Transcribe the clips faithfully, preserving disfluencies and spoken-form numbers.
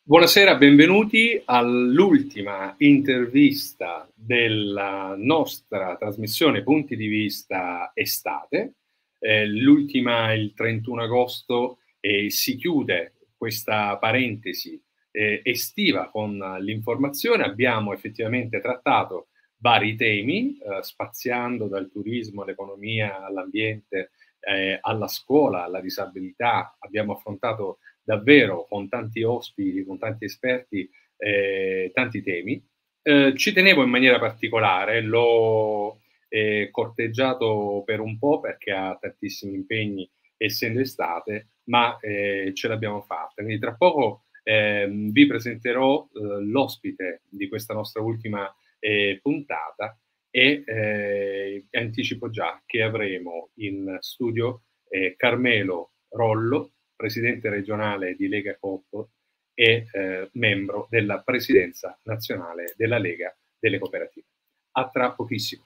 Buonasera, benvenuti all'ultima intervista della nostra trasmissione Punti di Vista Estate. Eh, l'ultima il trentuno agosto e si chiude questa parentesi eh, estiva con l'informazione. Abbiamo effettivamente trattato vari temi, eh, spaziando dal turismo all'economia, all'ambiente, eh, alla scuola, alla disabilità. Abbiamo affrontato davvero con tanti ospiti, con tanti esperti, eh, tanti temi. Eh, ci tenevo in maniera particolare, l'ho eh, corteggiato per un po' perché ha tantissimi impegni essendo estate, ma eh, ce l'abbiamo fatta. Quindi tra poco eh, vi presenterò eh, l'ospite di questa nostra ultima eh, puntata e eh, anticipo già che avremo in studio eh, Carmelo Rollo, presidente regionale di Lega Coop e eh, membro della presidenza nazionale della Lega delle Cooperative. A tra pochissimo.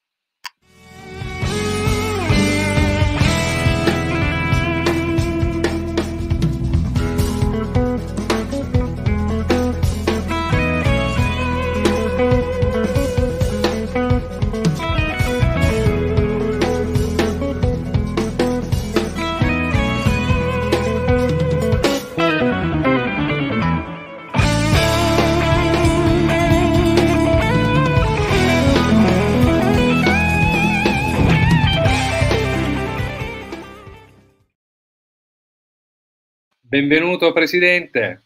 Benvenuto Presidente.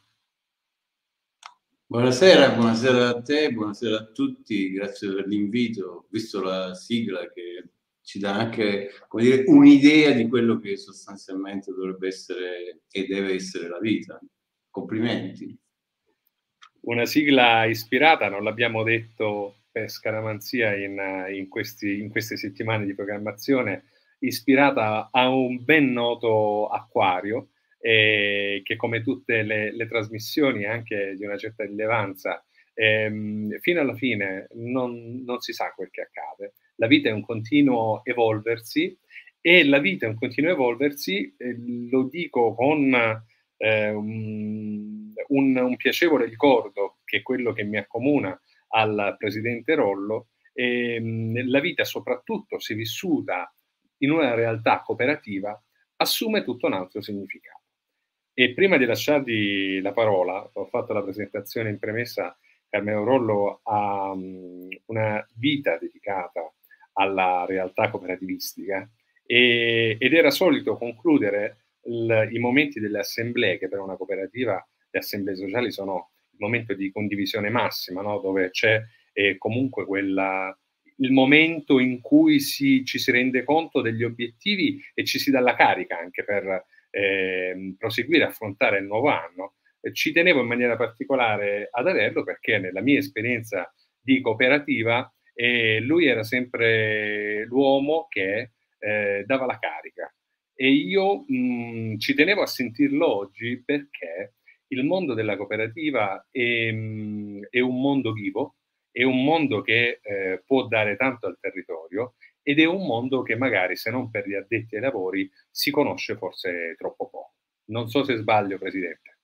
Buonasera, buonasera a te, buonasera a tutti, grazie per l'invito. Ho visto la sigla che ci dà anche, come dire, un'idea di quello che sostanzialmente dovrebbe essere e deve essere la vita. Complimenti. Una sigla ispirata, non l'abbiamo detto per scaramanzia in, in, questi, in queste settimane di programmazione, ispirata a un ben noto acquario, eh, che come tutte le, le trasmissioni anche di una certa rilevanza, ehm, fino alla fine non, non si sa quel che accade. La vita è un continuo evolversi e la vita è un continuo evolversi, eh, lo dico con eh, un, un, un piacevole ricordo che è quello che mi accomuna al presidente Rollo. E, mh, la vita, soprattutto se vissuta in una realtà cooperativa, assume tutto un altro significato. E prima di lasciarvi la parola, ho fatto la presentazione in premessa, Carmelo Rollo ha um, una vita dedicata alla realtà cooperativistica e, ed era solito concludere il, i momenti delle assemblee, che per una cooperativa le assemblee sociali sono il momento di condivisione massima, no? Dove c'è eh, comunque quella, il momento in cui si, ci si rende conto degli obiettivi e ci si dà la carica anche per eh, proseguire a affrontare il nuovo anno. Eh, ci tenevo in maniera particolare ad averlo perché nella mia esperienza di cooperativa eh, lui era sempre l'uomo che eh, dava la carica. E io mh, ci tenevo a sentirlo oggi perché il mondo della cooperativa è, mh, è un mondo vivo, è un mondo che eh, può dare tanto al territorio ed è un mondo che magari, se non per gli addetti ai lavori, si conosce forse troppo poco. Non so se sbaglio, Presidente.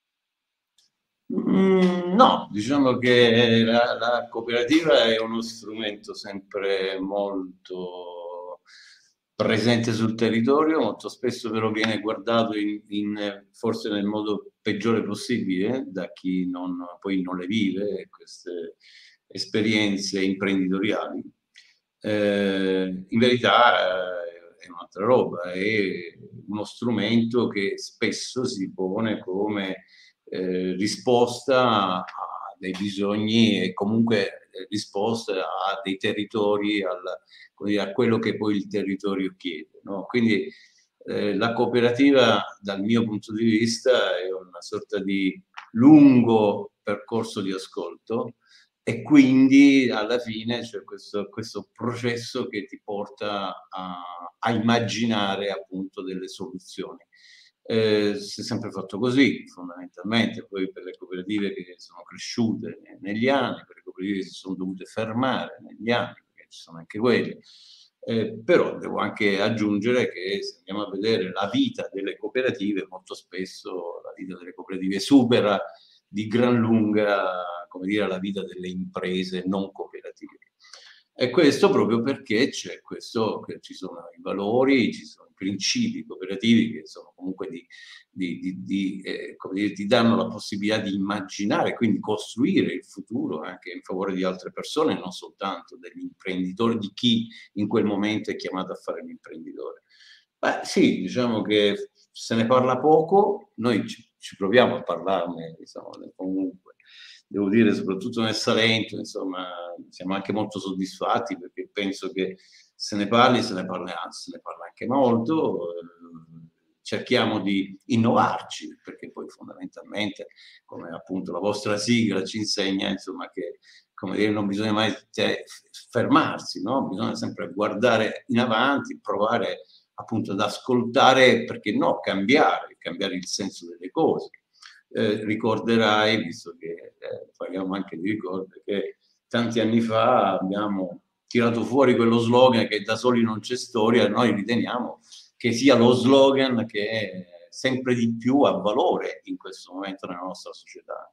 Mm, no, diciamo che la, la cooperativa è uno strumento sempre molto presente sul territorio, molto spesso però viene guardato in, in, forse nel modo peggiore possibile da chi non, poi non le vive, queste esperienze imprenditoriali. Eh, in verità eh, è un'altra roba, è uno strumento che spesso si pone come eh, risposta a dei bisogni e comunque risposta a dei territori, al, a quello che poi il territorio chiede, no? Quindi eh, la cooperativa dal mio punto di vista è una sorta di lungo percorso di ascolto e quindi alla fine c'è questo, questo processo che ti porta a, a immaginare appunto delle soluzioni. Eh, si è sempre fatto così fondamentalmente, poi per le cooperative che sono cresciute negli anni, per le cooperative che si sono dovute fermare negli anni, perché ci sono anche quelle. Eh, però devo anche aggiungere che se andiamo a vedere la vita delle cooperative, molto spesso la vita delle cooperative supera di gran lunga, come dire, la vita delle imprese non cooperative. E questo proprio perché c'è questo, che ci sono i valori, ci sono i principi cooperativi che sono comunque di, di, di, di, eh, come dire, ti danno la possibilità di immaginare, quindi costruire il futuro anche in favore di altre persone, non soltanto degli imprenditori, di chi in quel momento è chiamato a fare l'imprenditore. Beh, sì, diciamo che se ne parla poco, noi ci, ci proviamo a parlarne, insomma, comunque. Devo dire, soprattutto nel Salento, insomma, siamo anche molto soddisfatti perché penso che se ne parli, se ne parla, se ne parla anche molto, eh, cerchiamo di innovarci, perché poi fondamentalmente, come appunto la vostra sigla ci insegna, insomma, che come dire, non bisogna mai fermarsi, no? Bisogna sempre guardare in avanti, provare appunto ad ascoltare, perché no, cambiare, cambiare il senso delle cose. Eh, ricorderai, visto che eh, parliamo anche di ricordi, che tanti anni fa abbiamo tirato fuori quello slogan che da soli non c'è storia, noi riteniamo che sia lo slogan che sempre di più ha valore in questo momento nella nostra società.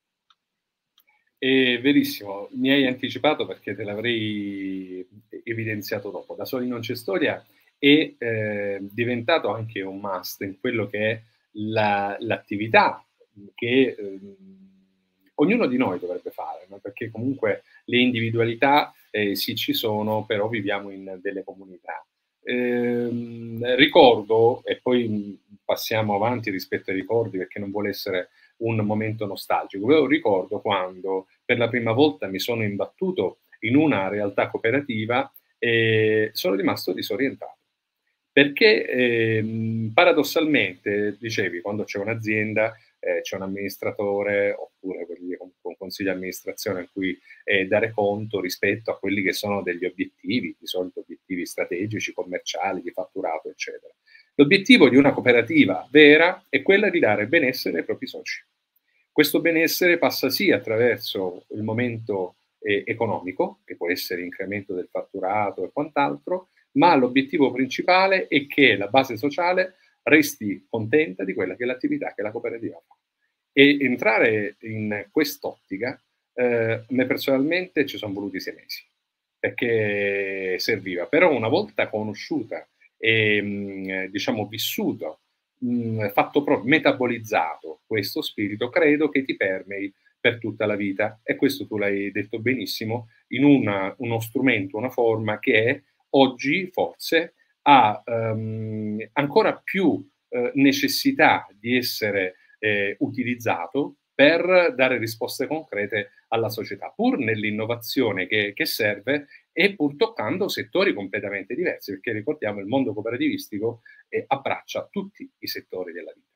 È verissimo, mi hai anticipato perché te l'avrei evidenziato dopo. Da soli non c'è storia è eh, diventato anche un must in quello che è l'attività che eh, ognuno di noi dovrebbe fare, no? Perché comunque le individualità eh, sì ci sono, però viviamo in delle comunità. Eh, ricordo, e poi passiamo avanti rispetto ai ricordi perché non vuole essere un momento nostalgico. Io ricordo quando per la prima volta mi sono imbattuto in una realtà cooperativa e sono rimasto disorientato. Perché eh, paradossalmente, dicevi, quando c'è un'azienda, eh, c'è un amministratore oppure quelli con, con consiglio di amministrazione a cui eh, dare conto rispetto a quelli che sono degli obiettivi, di solito obiettivi strategici, commerciali, di fatturato, eccetera. L'obiettivo di una cooperativa vera è quella di dare benessere ai propri soci. Questo benessere passa sia attraverso il momento eh, economico, che può essere incremento del fatturato e quant'altro, ma l'obiettivo principale è che la base sociale resti contenta di quella che è l'attività che la cooperativa fa. E entrare in quest'ottica, eh, a me personalmente ci sono voluti sei mesi, perché serviva. Però una volta conosciuta e mh, diciamo vissuto, mh, fatto proprio, metabolizzato questo spirito, credo che ti permei per tutta la vita. E questo tu l'hai detto benissimo, in una, uno strumento, una forma che è oggi forse ha um, ancora più eh, necessità di essere eh, utilizzato per dare risposte concrete alla società, pur nell'innovazione che, che serve e pur toccando settori completamente diversi, perché ricordiamo il mondo cooperativistico eh, abbraccia tutti i settori della vita.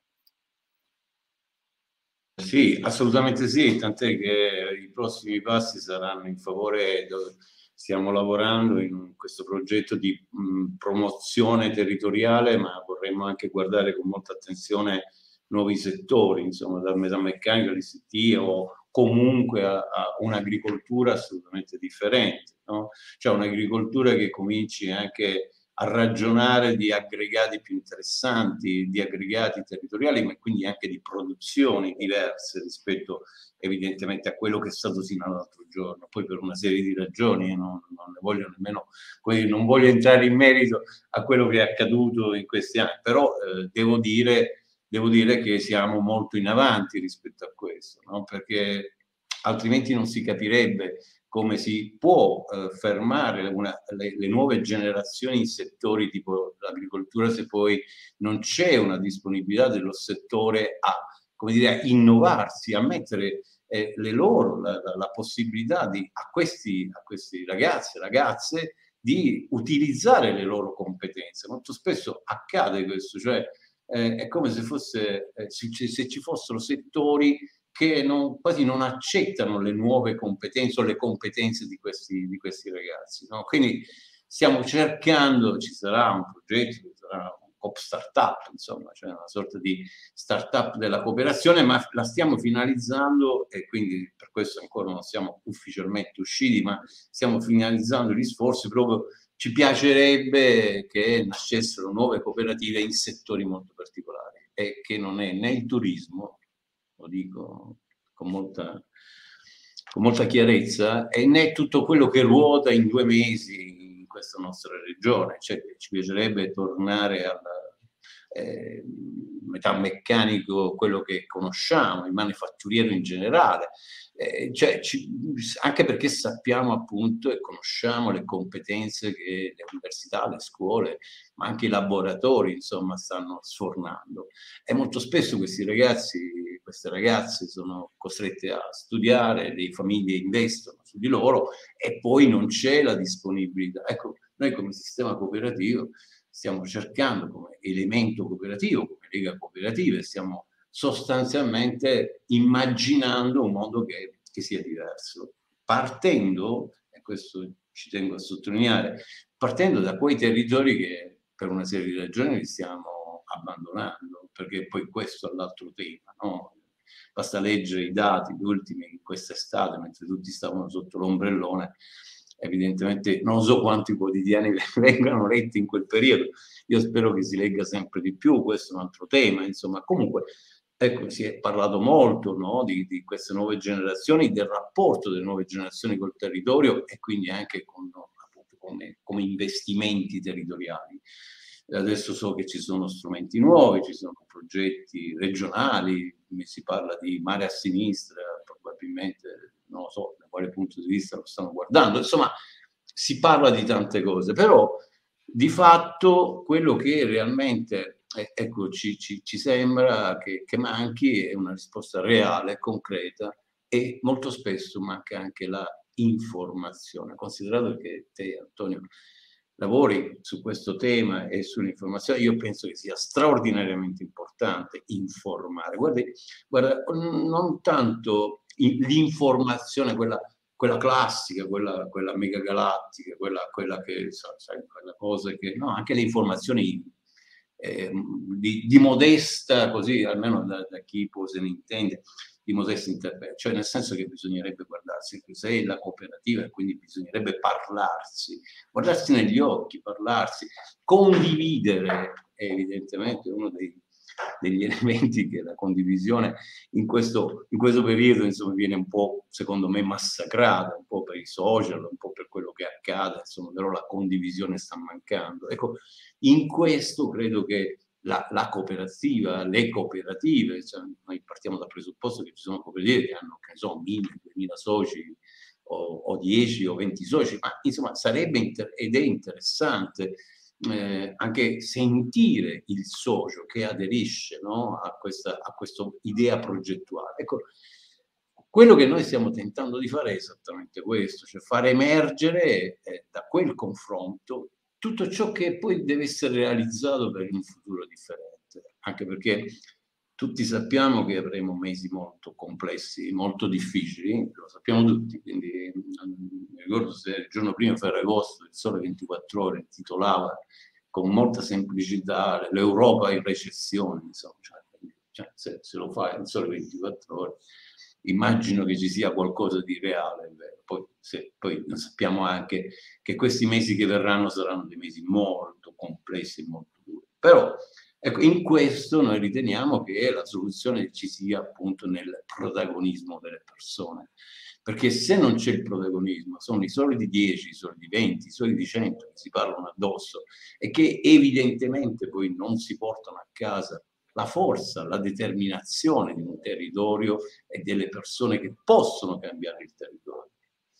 Sì, assolutamente sì, tant'è che i prossimi passi saranno in favore, dove stiamo lavorando in questo progetto di mh, promozione territoriale, ma vorremmo anche guardare con molta attenzione nuovi settori, insomma, dal metalmeccanico all'I C T o comunque a, a un'agricoltura assolutamente differente, no? Cioè un'agricoltura che cominci anche a ragionare di aggregati più interessanti, di aggregati territoriali, ma quindi anche di produzioni diverse rispetto evidentemente a quello che è stato sino all'altro giorno. Poi per una serie di ragioni, non, non ne voglio nemmeno, non voglio entrare in merito a quello che è accaduto in questi anni, però eh, devo dire, devo dire che siamo molto in avanti rispetto a questo, no? Perché altrimenti non si capirebbe come si può eh, fermare una, le, le nuove generazioni in settori tipo l'agricoltura se poi non c'è una disponibilità dello settore a, come dire, a innovarsi, a mettere eh, le loro, la, la, la possibilità di, a, questi, a questi ragazzi e ragazze di utilizzare le loro competenze. Molto spesso accade questo, cioè eh, è come se, fosse, eh, se, se ci fossero settori che non, quasi non accettano le nuove competenze o le competenze di questi, di questi ragazzi, no? Quindi stiamo cercando, ci sarà un progetto, ci sarà un Coop Startup, insomma, cioè una sorta di startup della cooperazione, ma la stiamo finalizzando e quindi per questo ancora non siamo ufficialmente usciti, ma stiamo finalizzando gli sforzi proprio. Ci piacerebbe che nascessero nuove cooperative in settori molto particolari e che non è né il turismo, lo dico con molta, con molta chiarezza, e né tutto quello che ruota in due mesi in questa nostra regione. Cioè, ci piacerebbe tornare alla eh, metalmeccanico, quello che conosciamo, il manifatturiero in generale, eh, cioè, ci, anche perché sappiamo appunto e conosciamo le competenze che le università, le scuole, ma anche i laboratori, insomma, stanno sfornando. E molto spesso questi ragazzi, queste ragazze sono costrette a studiare, le famiglie investono su di loro e poi non c'è la disponibilità. Ecco, noi come sistema cooperativo stiamo cercando, come elemento cooperativo, come Lega Cooperative, stiamo sostanzialmente immaginando un mondo che, che sia diverso, partendo, e questo ci tengo a sottolineare, partendo da quei territori che per una serie di ragioni li stiamo abbandonando, perché poi questo è l'altro tema, no? Basta leggere i dati, gli ultimi in quest'estate, mentre tutti stavano sotto l'ombrellone, evidentemente non so quanti quotidiani vengano letti in quel periodo, io spero che si legga sempre di più, questo è un altro tema, insomma. Comunque, ecco, si è parlato molto, no, di, di queste nuove generazioni, del rapporto delle nuove generazioni col territorio e quindi anche con, appunto, come, come investimenti territoriali. Adesso so che ci sono strumenti nuovi, ci sono progetti regionali, si parla di mare a sinistra, probabilmente, non lo so da quale punto di vista lo stanno guardando, insomma si parla di tante cose, però di fatto quello che realmente eh, ecco, ci, ci, ci sembra che, che manchi è una risposta reale, concreta, e molto spesso manca anche la informazione, considerato che te, Antonio, lavori su questo tema e sull'informazione. Io penso che sia straordinariamente importante informare. Guardi, guarda, non tanto l'informazione, quella, quella classica, quella, quella megagalattica, quella, quella che, sai, quella cosa che, no, anche le informazioni eh, di, di modesta, così, almeno da, da chi poi se ne intende, di modesto intervento, cioè nel senso che bisognerebbe guardarsi cos'è la cooperativa e quindi bisognerebbe parlarsi, guardarsi negli occhi, parlarsi, condividere, è evidentemente uno dei, degli elementi che la condivisione in questo, in questo periodo insomma viene un po', secondo me, massacrata, un po' per i social, un po' per quello che accade, insomma, però la condivisione sta mancando. Ecco, in questo credo che La, la cooperativa, le cooperative, cioè noi partiamo dal presupposto che ci sono cooperative che hanno, che ne so, mille, duemila soci o, o dieci o venti soci, ma insomma sarebbe inter- ed è interessante eh, anche sentire il socio che aderisce, no, a questa a questa idea progettuale. Ecco, quello che noi stiamo tentando di fare è esattamente questo, cioè far emergere eh, da quel confronto tutto ciò che poi deve essere realizzato per un futuro differente, anche perché tutti sappiamo che avremo mesi molto complessi, molto difficili, lo sappiamo tutti, quindi mi ricordo se il giorno prima Ferragosto il Sole ventiquattro Ore titolava con molta semplicità l'Europa in recessione, insomma, cioè, cioè, se, se lo fa il Sole ventiquattro Ore immagino che ci sia qualcosa di reale, poi, se, poi sappiamo anche che questi mesi che verranno saranno dei mesi molto complessi e molto duri. Però ecco, in questo noi riteniamo che la soluzione ci sia appunto nel protagonismo delle persone, perché se non c'è il protagonismo, sono i soliti dieci, i soliti venti, i soliti cento che si parlano addosso e che evidentemente poi non si portano a casa la forza, la determinazione di un territorio e delle persone che possono cambiare il territorio.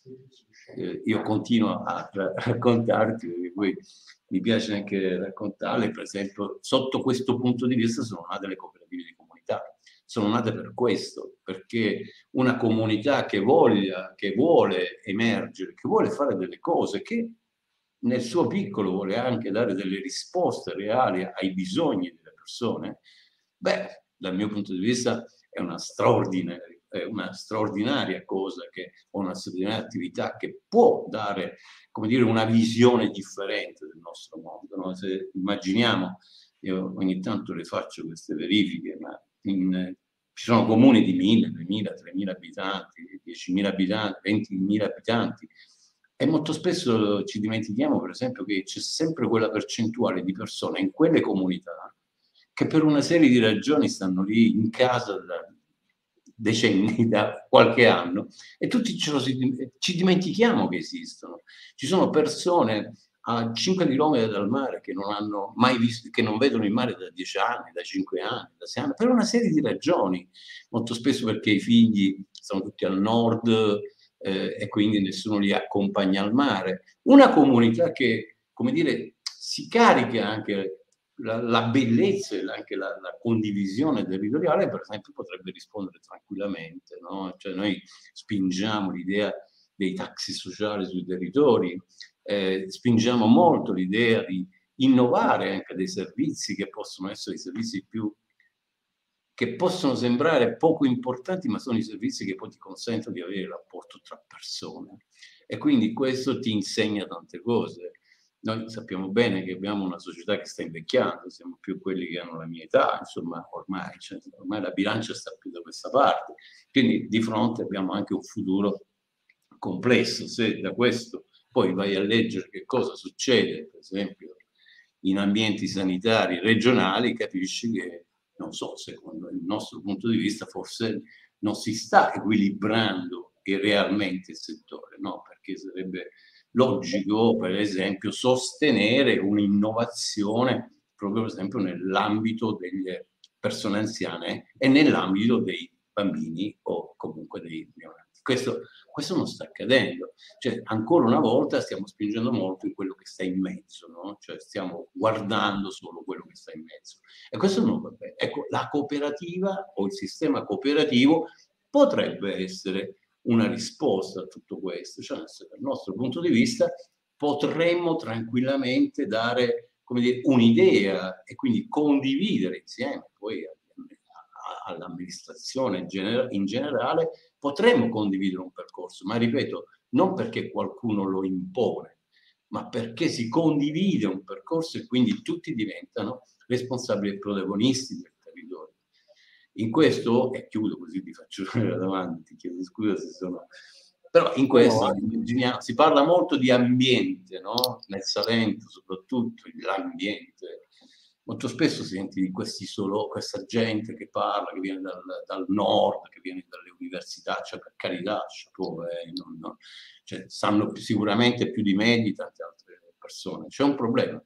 Eh, io continuo a ra- raccontarti, perché poi mi piace anche raccontarle, per esempio, sotto questo punto di vista sono nate le cooperative di comunità. Sono nate per questo, perché una comunità che voglia, che vuole emergere, che vuole fare delle cose, che nel suo piccolo vuole anche dare delle risposte reali ai bisogni delle persone, beh, dal mio punto di vista è una straordinaria, è una straordinaria cosa, che, o una straordinaria attività che può dare, come dire, una visione differente del nostro mondo. No? Se immaginiamo, io ogni tanto le faccio queste verifiche, ma in, ci sono comuni di mille, duemila, tremila abitanti, diecimila abitanti, ventimila abitanti, e molto spesso ci dimentichiamo, per esempio, che c'è sempre quella percentuale di persone in quelle comunità che per una serie di ragioni stanno lì in casa da decenni, da qualche anno, e tutti ce lo si, ci dimentichiamo che esistono. Ci sono persone a cinque chilometri dal mare che non hanno mai visto, che non vedono il mare da dieci anni, da cinque anni, da sei anni, per una serie di ragioni, molto spesso perché i figli sono tutti al nord eh, e quindi nessuno li accompagna al mare. Una comunità che, come dire, si carica anche la, la bellezza e anche la, la condivisione territoriale, per esempio, potrebbe rispondere tranquillamente, no? Cioè noi spingiamo l'idea dei taxi sociali sui territori, eh, spingiamo molto l'idea di innovare anche dei servizi che possono essere i servizi più che possono sembrare poco importanti, ma sono i servizi che poi ti consentono di avere il rapporto tra persone. E quindi questo ti insegna tante cose. Noi sappiamo bene che abbiamo una società che sta invecchiando, siamo più quelli che hanno la mia età, insomma, ormai, cioè, ormai la bilancia sta più da questa parte. Quindi di fronte abbiamo anche un futuro complesso. Se da questo poi vai a leggere che cosa succede, per esempio, in ambienti sanitari regionali, capisci che, non so, secondo il nostro punto di vista, forse non si sta equilibrando realmente il settore, no? Perché sarebbe logico, per esempio, sostenere un'innovazione proprio, per esempio, nell'ambito delle persone anziane e nell'ambito dei bambini o comunque dei neonati. Questo, questo non sta accadendo. Cioè, ancora una volta stiamo spingendo molto in quello che sta in mezzo, no? Cioè stiamo guardando solo quello che sta in mezzo. E questo non va bene. Ecco, la cooperativa o il sistema cooperativo potrebbe essere una risposta a tutto questo. Cioè, dal nostro punto di vista, potremmo tranquillamente dare, come dire, un'idea e quindi condividere insieme poi all'amministrazione in generale, potremmo condividere un percorso, ma ripeto, non perché qualcuno lo impone, ma perché si condivide un percorso e quindi tutti diventano responsabili e protagonisti del territorio. In questo, e chiudo così ti faccio una domanda, ti chiedo scusa se sono... Però in questo no. Si parla molto di ambiente, no? Nel Salento soprattutto, l'ambiente. Molto spesso senti di questi solo, questa gente che parla, che viene dal, dal nord, che viene dalle università, cioè per carità, chapeau, eh, non, no. Cioè, sanno sicuramente più di me di tante altre persone. C'è un problema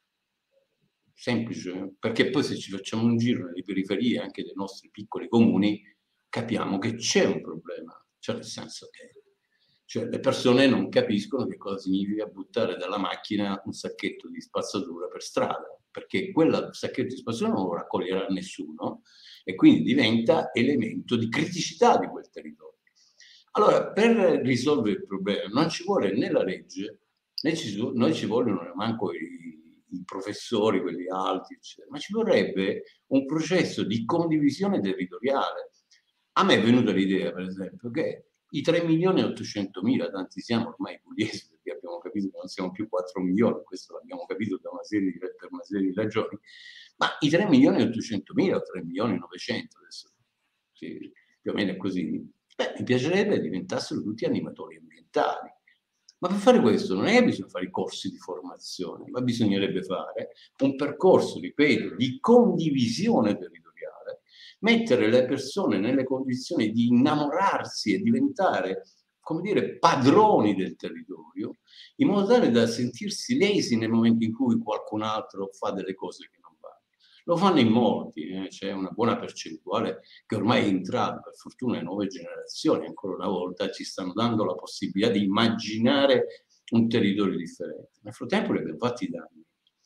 semplice, perché poi se ci facciamo un giro nelle periferie anche dei nostri piccoli comuni, capiamo che c'è un problema, cioè nel senso che cioè, le persone non capiscono che cosa significa buttare dalla macchina un sacchetto di spazzatura per strada, perché quel sacchetto di spazzatura non lo raccoglierà nessuno e quindi diventa elemento di criticità di quel territorio. Allora, per risolvere il problema non ci vuole né la legge, né ci, noi ci vogliono manco i, i professori, quelli alti, eccetera, ma ci vorrebbe un processo di condivisione territoriale. A me è venuta l'idea, per esempio, che i tre milioni e ottocentomila, tanti siamo ormai pugliesi, perché abbiamo capito che non siamo più quattro milioni, questo l'abbiamo capito da una serie di, per una serie di ragioni, ma i tre milioni e ottocentomila o tre milioni e novecento, adesso sì, più o meno è così, beh, mi piacerebbe che diventassero tutti animatori ambientali. Ma per fare questo non è che bisogna fare i corsi di formazione, ma bisognerebbe fare un percorso, ripeto, di condivisione territoriale, mettere le persone nelle condizioni di innamorarsi e diventare, come dire, padroni del territorio, in modo tale da sentirsi lesi nel momento in cui qualcun altro fa delle cose che non vanno. Lo fanno in molti, eh? C'è una buona percentuale che ormai è entrata, per fortuna le nuove generazioni, ancora una volta, ci stanno dando la possibilità di immaginare un territorio differente. Nel frattempo li abbiamo fatti i danni.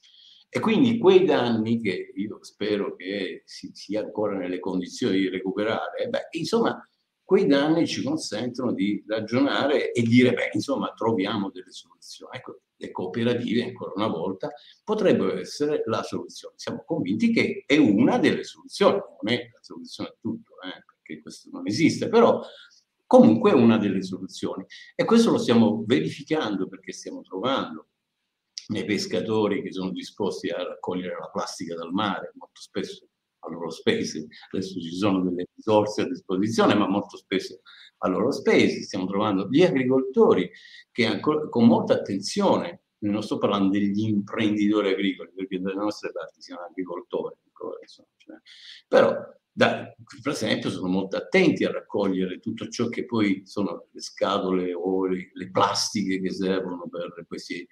E quindi quei danni che io spero che si sia ancora nelle condizioni di recuperare, beh, insomma, quei danni ci consentono di ragionare e dire, beh, insomma, troviamo delle soluzioni. Ecco, le cooperative, ancora una volta, potrebbero essere la soluzione. Siamo convinti che è una delle soluzioni, non è la soluzione a tutto, eh, perché questo non esiste, però comunque è una delle soluzioni. E questo lo stiamo verificando perché stiamo trovando nei pescatori che sono disposti a raccogliere la plastica dal mare, molto spesso a loro spese. Adesso ci sono delle risorse a disposizione, ma molto spesso a loro spese. Stiamo trovando gli agricoltori che ancora, con molta attenzione, non sto parlando degli imprenditori agricoli, perché dalle nostre parti siamo agricoltori, ancora, insomma, cioè, però Da, per esempio, sono molto attenti a raccogliere tutto ciò che poi sono le scatole o le, le plastiche che servono per questi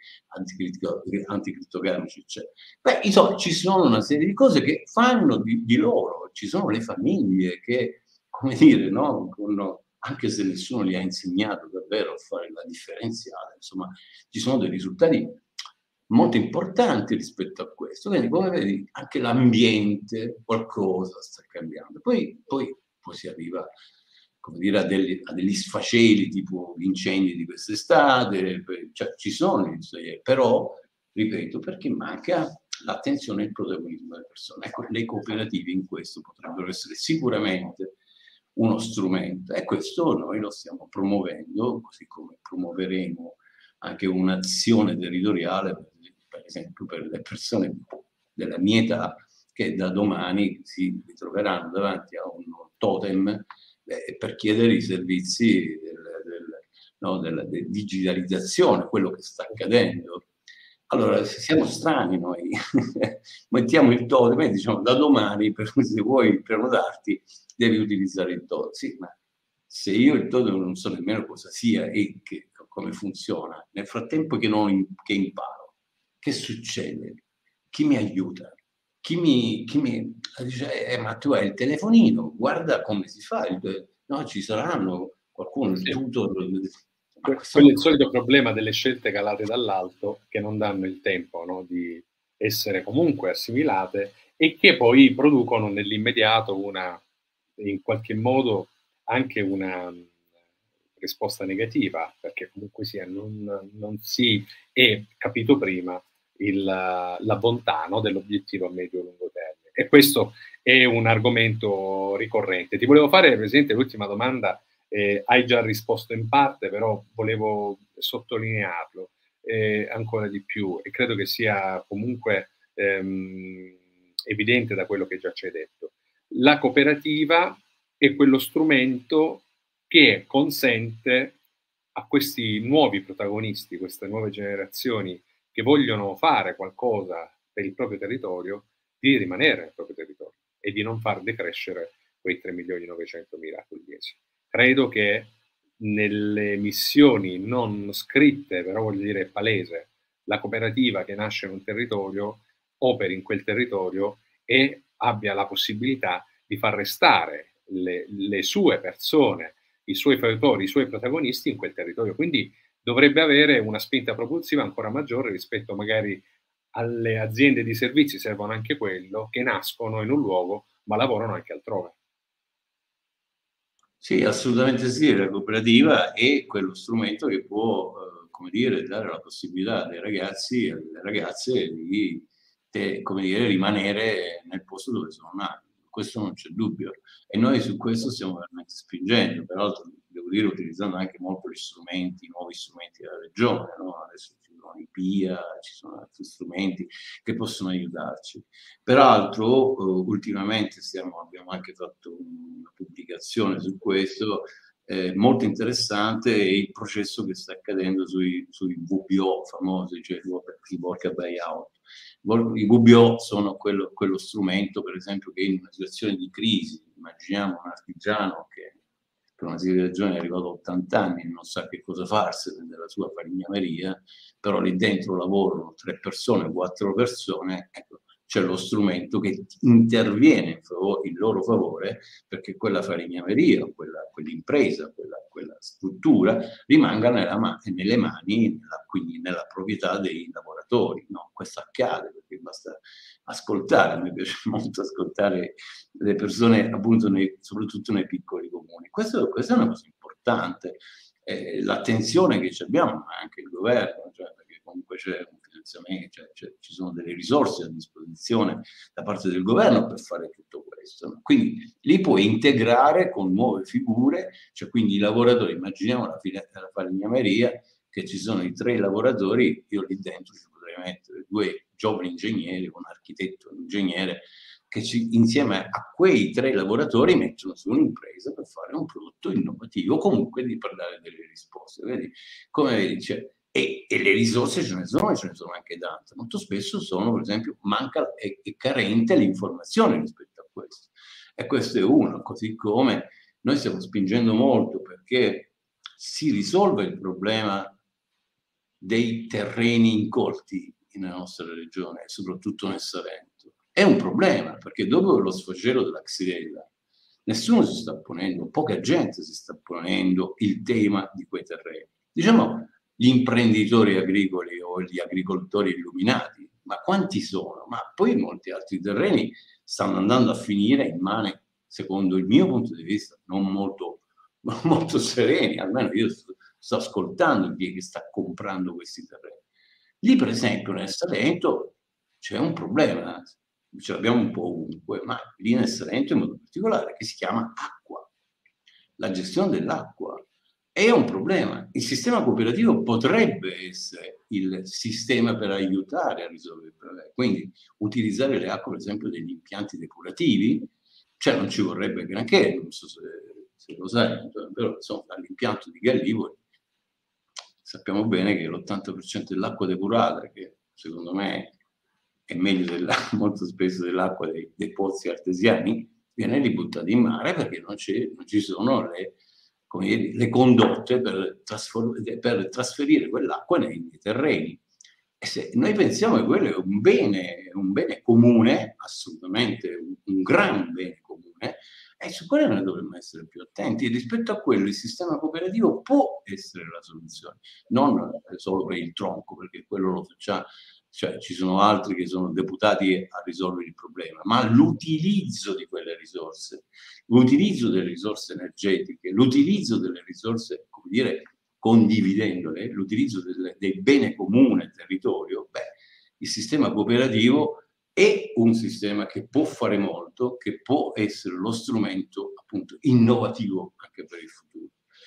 anticrittogamici, eccetera. Beh, insomma, ci sono una serie di cose che fanno di, di loro, ci sono le famiglie che, come dire, no, con, anche se nessuno gli ha insegnato davvero a fare la differenziale, insomma, ci sono dei risultati molto importanti rispetto a questo. Quindi, come vedi, anche l'ambiente, qualcosa sta cambiando. Poi, poi, poi si arriva, come dire, a degli, a degli sfaceli, tipo gli incendi di quest'estate, cioè, ci sono, però, ripeto, perché manca l'attenzione e il protagonismo delle persone. Ecco, le cooperative in questo potrebbero essere sicuramente uno strumento, e questo noi lo stiamo promuovendo, così come promuoveremo anche un'azione territoriale, per esempio per le persone della mia età, che da domani si ritroveranno davanti a un totem eh, per chiedere i servizi del, del, no, della, della digitalizzazione, quello che sta accadendo. Allora, siamo strani noi, mettiamo il totem e diciamo da domani, per, se vuoi prenotarti, devi utilizzare il totem. Sì, ma se io il totem non so nemmeno cosa sia e che, come funziona, nel frattempo che, non, che imparo, che succede? Chi mi aiuta? Chi mi, chi mi dice, eh, ma tu hai il telefonino, guarda come si fa, il, no, ci saranno qualcuno, il sì. tutor. Que quello è il solito problema delle scelte calate dall'alto, che non danno il tempo, no, di essere comunque assimilate e che poi producono nell'immediato una, in qualche modo, anche una risposta negativa, perché comunque sia non, non si è capito prima il, la bontà, no, dell'obiettivo a medio-lungo termine. E questo è un argomento ricorrente. Ti volevo fare, Presidente, l'ultima domanda. Eh, hai già risposto in parte, però volevo sottolinearlo eh, ancora di più, e credo che sia comunque ehm, evidente da quello che già ci hai detto. La cooperativa è quello strumento che consente a questi nuovi protagonisti, queste nuove generazioni che vogliono fare qualcosa per il proprio territorio, di rimanere nel proprio territorio e di non far decrescere quei tre milioni novecentomila pugliesi. Credo che nelle missioni non scritte, però voglio dire palese, la cooperativa che nasce in un territorio operi in quel territorio e abbia la possibilità di far restare le, le sue persone, i suoi fruitori, i suoi protagonisti in quel territorio. Quindi dovrebbe avere una spinta propulsiva ancora maggiore rispetto magari alle aziende di servizi, servono anche quello, che nascono in un luogo ma lavorano anche altrove. Sì, assolutamente sì, la cooperativa è quello strumento che può, eh, come dire, dare la possibilità ai ragazzi e alle ragazze di, te, come dire, rimanere nel posto dove sono nati. Questo non c'è dubbio. E noi su questo stiamo veramente spingendo, peraltro, devo dire, utilizzando anche molto gli strumenti, i nuovi strumenti della regione, no? Adesso ci sono i P I A, ci sono altri strumenti che possono aiutarci. Peraltro, eh, ultimamente stiamo, abbiamo anche fatto una pubblicazione su questo, eh, molto interessante, è il processo che sta accadendo sui, sui V B O famosi, cioè i worker buyout. I V B O sono quello, quello strumento, per esempio, che in una situazione di crisi, immaginiamo un artigiano che per una serie di ragioni è arrivato a ottanta anni e non sa che cosa farsene della sua falegnameria, però lì dentro lavorano tre persone, quattro persone, ecco, c'è lo strumento che interviene in, favore, in loro favore perché quella falegnameria, quella, quell'impresa, quella, quella struttura rimanga nella, nelle mani, nella, quindi nella proprietà dei lavoratori. No, questo accade perché basta ascoltare, mi piace molto ascoltare le persone, appunto, nei, soprattutto nei piccoli comuni. Questo, questa è una cosa importante. Eh, l'attenzione che ci abbiamo, ma anche il governo, cioè, perché comunque c'è un finanziamento, cioè, cioè, ci sono delle risorse a disposizione da parte del governo per fare tutto questo. No? Quindi li puoi integrare con nuove figure, cioè quindi i lavoratori, immaginiamo la, la falegnameria, che ci sono i tre lavoratori, io lì dentro ci potrei mettere due giovani ingegneri, un architetto, un ingegnere, che ci, insieme a quei tre lavoratori mettono su un'impresa per fare un prodotto innovativo, comunque di per dare delle risposte. Vedi? Come vedi, cioè, e, e le risorse ce ne sono e ce ne sono anche tante. Molto spesso sono, per esempio, manca e, e carente l'informazione rispetto a questo. E questo è uno, così come noi stiamo spingendo molto perché si risolve il problema dei terreni incolti nella nostra regione, soprattutto nel Salento. È un problema, perché dopo lo sfacelo della xylella, nessuno si sta ponendo, poca gente si sta ponendo il tema di quei terreni. Diciamo gli imprenditori agricoli o gli agricoltori illuminati, ma quanti sono? Ma poi molti altri terreni stanno andando a finire in mani, secondo il mio punto di vista, non molto, molto sereni, almeno io sto, sto ascoltando chi è che sta comprando questi terreni. Lì, per esempio, nel Salento c'è un problema, ce l'abbiamo un po' ovunque, ma lì nel Salento in modo particolare, che si chiama acqua. La gestione dell'acqua è un problema. Il sistema cooperativo potrebbe essere il sistema per aiutare a risolvere il problema. Quindi utilizzare le acque, per esempio, degli impianti depurativi, cioè non ci vorrebbe granché, non so se, se lo sai, però insomma dall'impianto di Gallipoli sappiamo bene che l'ottanta per cento dell'acqua depurata, che secondo me è meglio della, molto spesso dell'acqua dei, dei pozzi artesiani, viene ributtata in mare perché non, non ci sono le, come dire, le condotte per, per trasferire quell'acqua nei, nei terreni. E se noi pensiamo che quello è un bene, un bene comune, assolutamente un, un gran bene comune, e su quello noi dovremmo essere più attenti. E rispetto a quello il sistema cooperativo può essere la soluzione, non solo per il tronco, perché quello lo facciamo, cioè ci sono altri che sono deputati a risolvere il problema, ma l'utilizzo di quelle risorse, l'utilizzo delle risorse energetiche, l'utilizzo delle risorse, come dire, condividendole, l'utilizzo del, del bene comune territorio, beh, il sistema cooperativo è un sistema che può fare molto, che può essere lo strumento appunto innovativo anche per il futuro.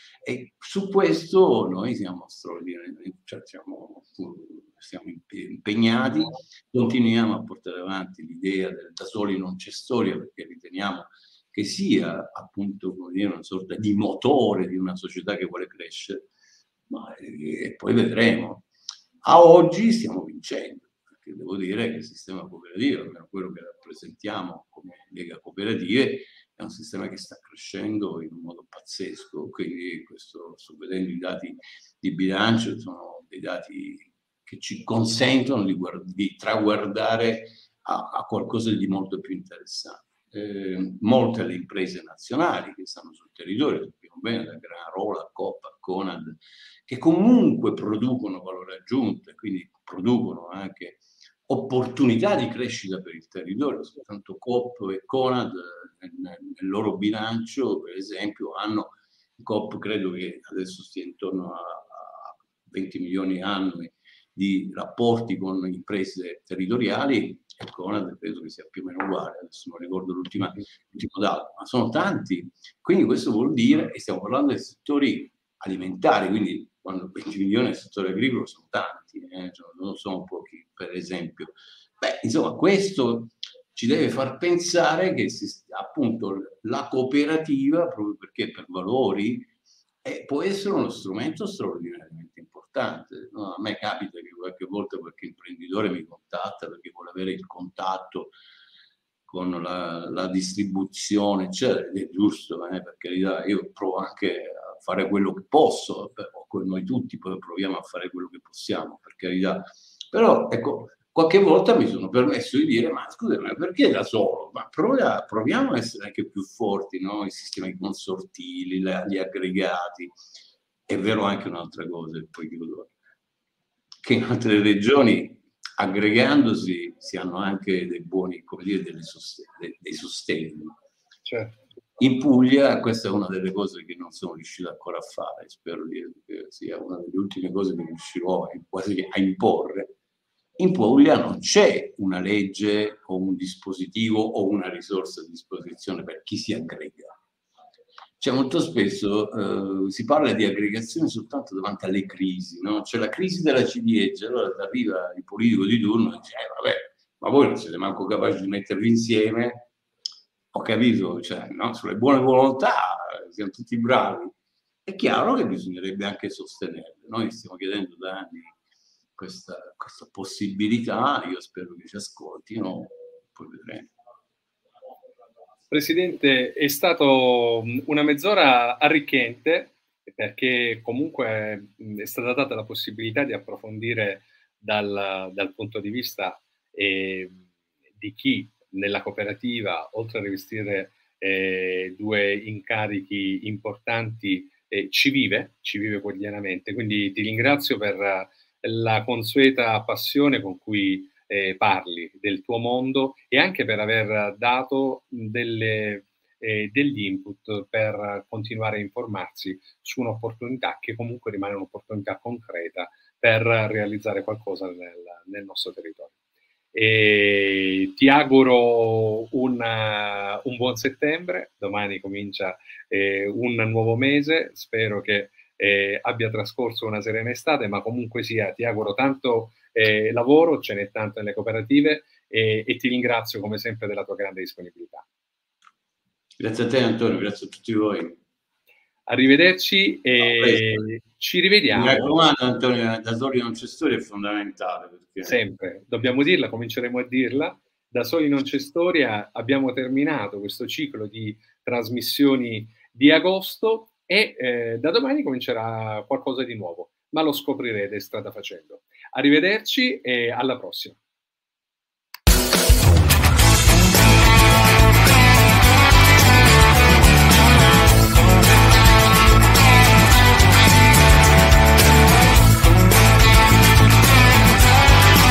E su questo noi siamo straordinariamente, cioè siamo, siamo impegnati, continuiamo a portare avanti l'idea del da soli non c'è storia, perché riteniamo che sia appunto, come dire, una sorta di motore di una società che vuole crescere, ma e poi vedremo. A oggi stiamo vincendo, perché devo dire che il sistema cooperativo, almeno quello che rappresentiamo come Lega Cooperative, è un sistema che sta crescendo in un modo pazzesco, quindi questo, sto vedendo i dati di bilancio, sono dei dati che ci consentono di, di traguardare a, a qualcosa di molto più interessante. Eh, molte le imprese nazionali che stanno sul territorio, sappiamo bene, da Granarola, Coop, Conad, che comunque producono valore aggiunto e quindi producono anche opportunità di crescita per il territorio. Soltanto Coop e Conad nel, nel loro bilancio, per esempio, hanno, Coop credo che adesso stia intorno a, a venti milioni annui di rapporti con imprese territoriali, e Conad credo che sia più o meno uguale, adesso non ricordo l'ultimo dato, ma sono tanti. Quindi questo vuol dire, e stiamo parlando dei settori alimentari, quindi quando venti milioni nel settore agricolo sono tanti, eh? Cioè, non sono pochi, per esempio. Beh, insomma, questo ci deve far pensare che si, appunto la cooperativa, proprio perché per valori, eh, può essere uno strumento straordinariamente importante. No? A me capita che qualche volta qualche imprenditore mi contatta perché vuole avere il contatto con la, la distribuzione, eccetera, ed è giusto, eh, per carità, io provo anche a fare quello che posso, però noi tutti poi proviamo a fare quello che possiamo, per carità. Però, ecco, qualche volta mi sono permesso di dire, ma scusa, ma perché da solo? Ma proviamo, proviamo a essere anche più forti, no? I sistemi consortili, gli aggregati. È vero anche un'altra cosa, e poi chiudo, che in altre regioni aggregandosi si hanno anche dei buoni, come dire, delle sostegni, dei sostegni. Certo. In Puglia questa è una delle cose che non sono riuscito ancora a fare, spero che sia una delle ultime cose che riuscirò quasi a imporre. In Puglia non c'è una legge o un dispositivo o una risorsa a disposizione per chi si aggrega. Cioè, molto spesso eh, si parla di aggregazione soltanto davanti alle crisi, no? C'è la crisi della ciliegia, allora arriva il politico di turno e dice, eh, vabbè, ma voi non siete manco capaci di mettervi insieme. Ho capito, cioè, no? Sulle buone volontà siamo tutti bravi. È chiaro che bisognerebbe anche sostenerle. Noi stiamo chiedendo da anni questa, questa possibilità, io spero che ci ascoltino, poi vedremo. Presidente, è stato una mezz'ora arricchente perché comunque è stata data la possibilità di approfondire dal, dal punto di vista eh, di chi nella cooperativa, oltre a rivestire eh, due incarichi importanti, eh, ci vive, ci vive quotidianamente. Quindi ti ringrazio per la consueta passione con cui eh, parli del tuo mondo e anche per aver dato delle, eh, degli input per continuare a informarsi su un'opportunità che comunque rimane un'opportunità concreta per realizzare qualcosa nel, nel nostro territorio. E ti auguro una, un buon settembre, domani comincia eh, un nuovo mese, spero che eh, abbia trascorso una serena estate, ma comunque sia ti auguro tanto eh, lavoro, ce n'è tanto nelle cooperative e, e ti ringrazio come sempre della tua grande disponibilità. Grazie a te Antonio, grazie a tutti voi. Arrivederci e ci rivediamo. Mi raccomando Antonio, da soli non c'è storia, è fondamentale. Perché... Sempre, dobbiamo dirla, cominceremo a dirla. Da soli non c'è storia, abbiamo terminato questo ciclo di trasmissioni di agosto e eh, da domani comincerà qualcosa di nuovo, ma lo scoprirete strada facendo. Arrivederci e alla prossima.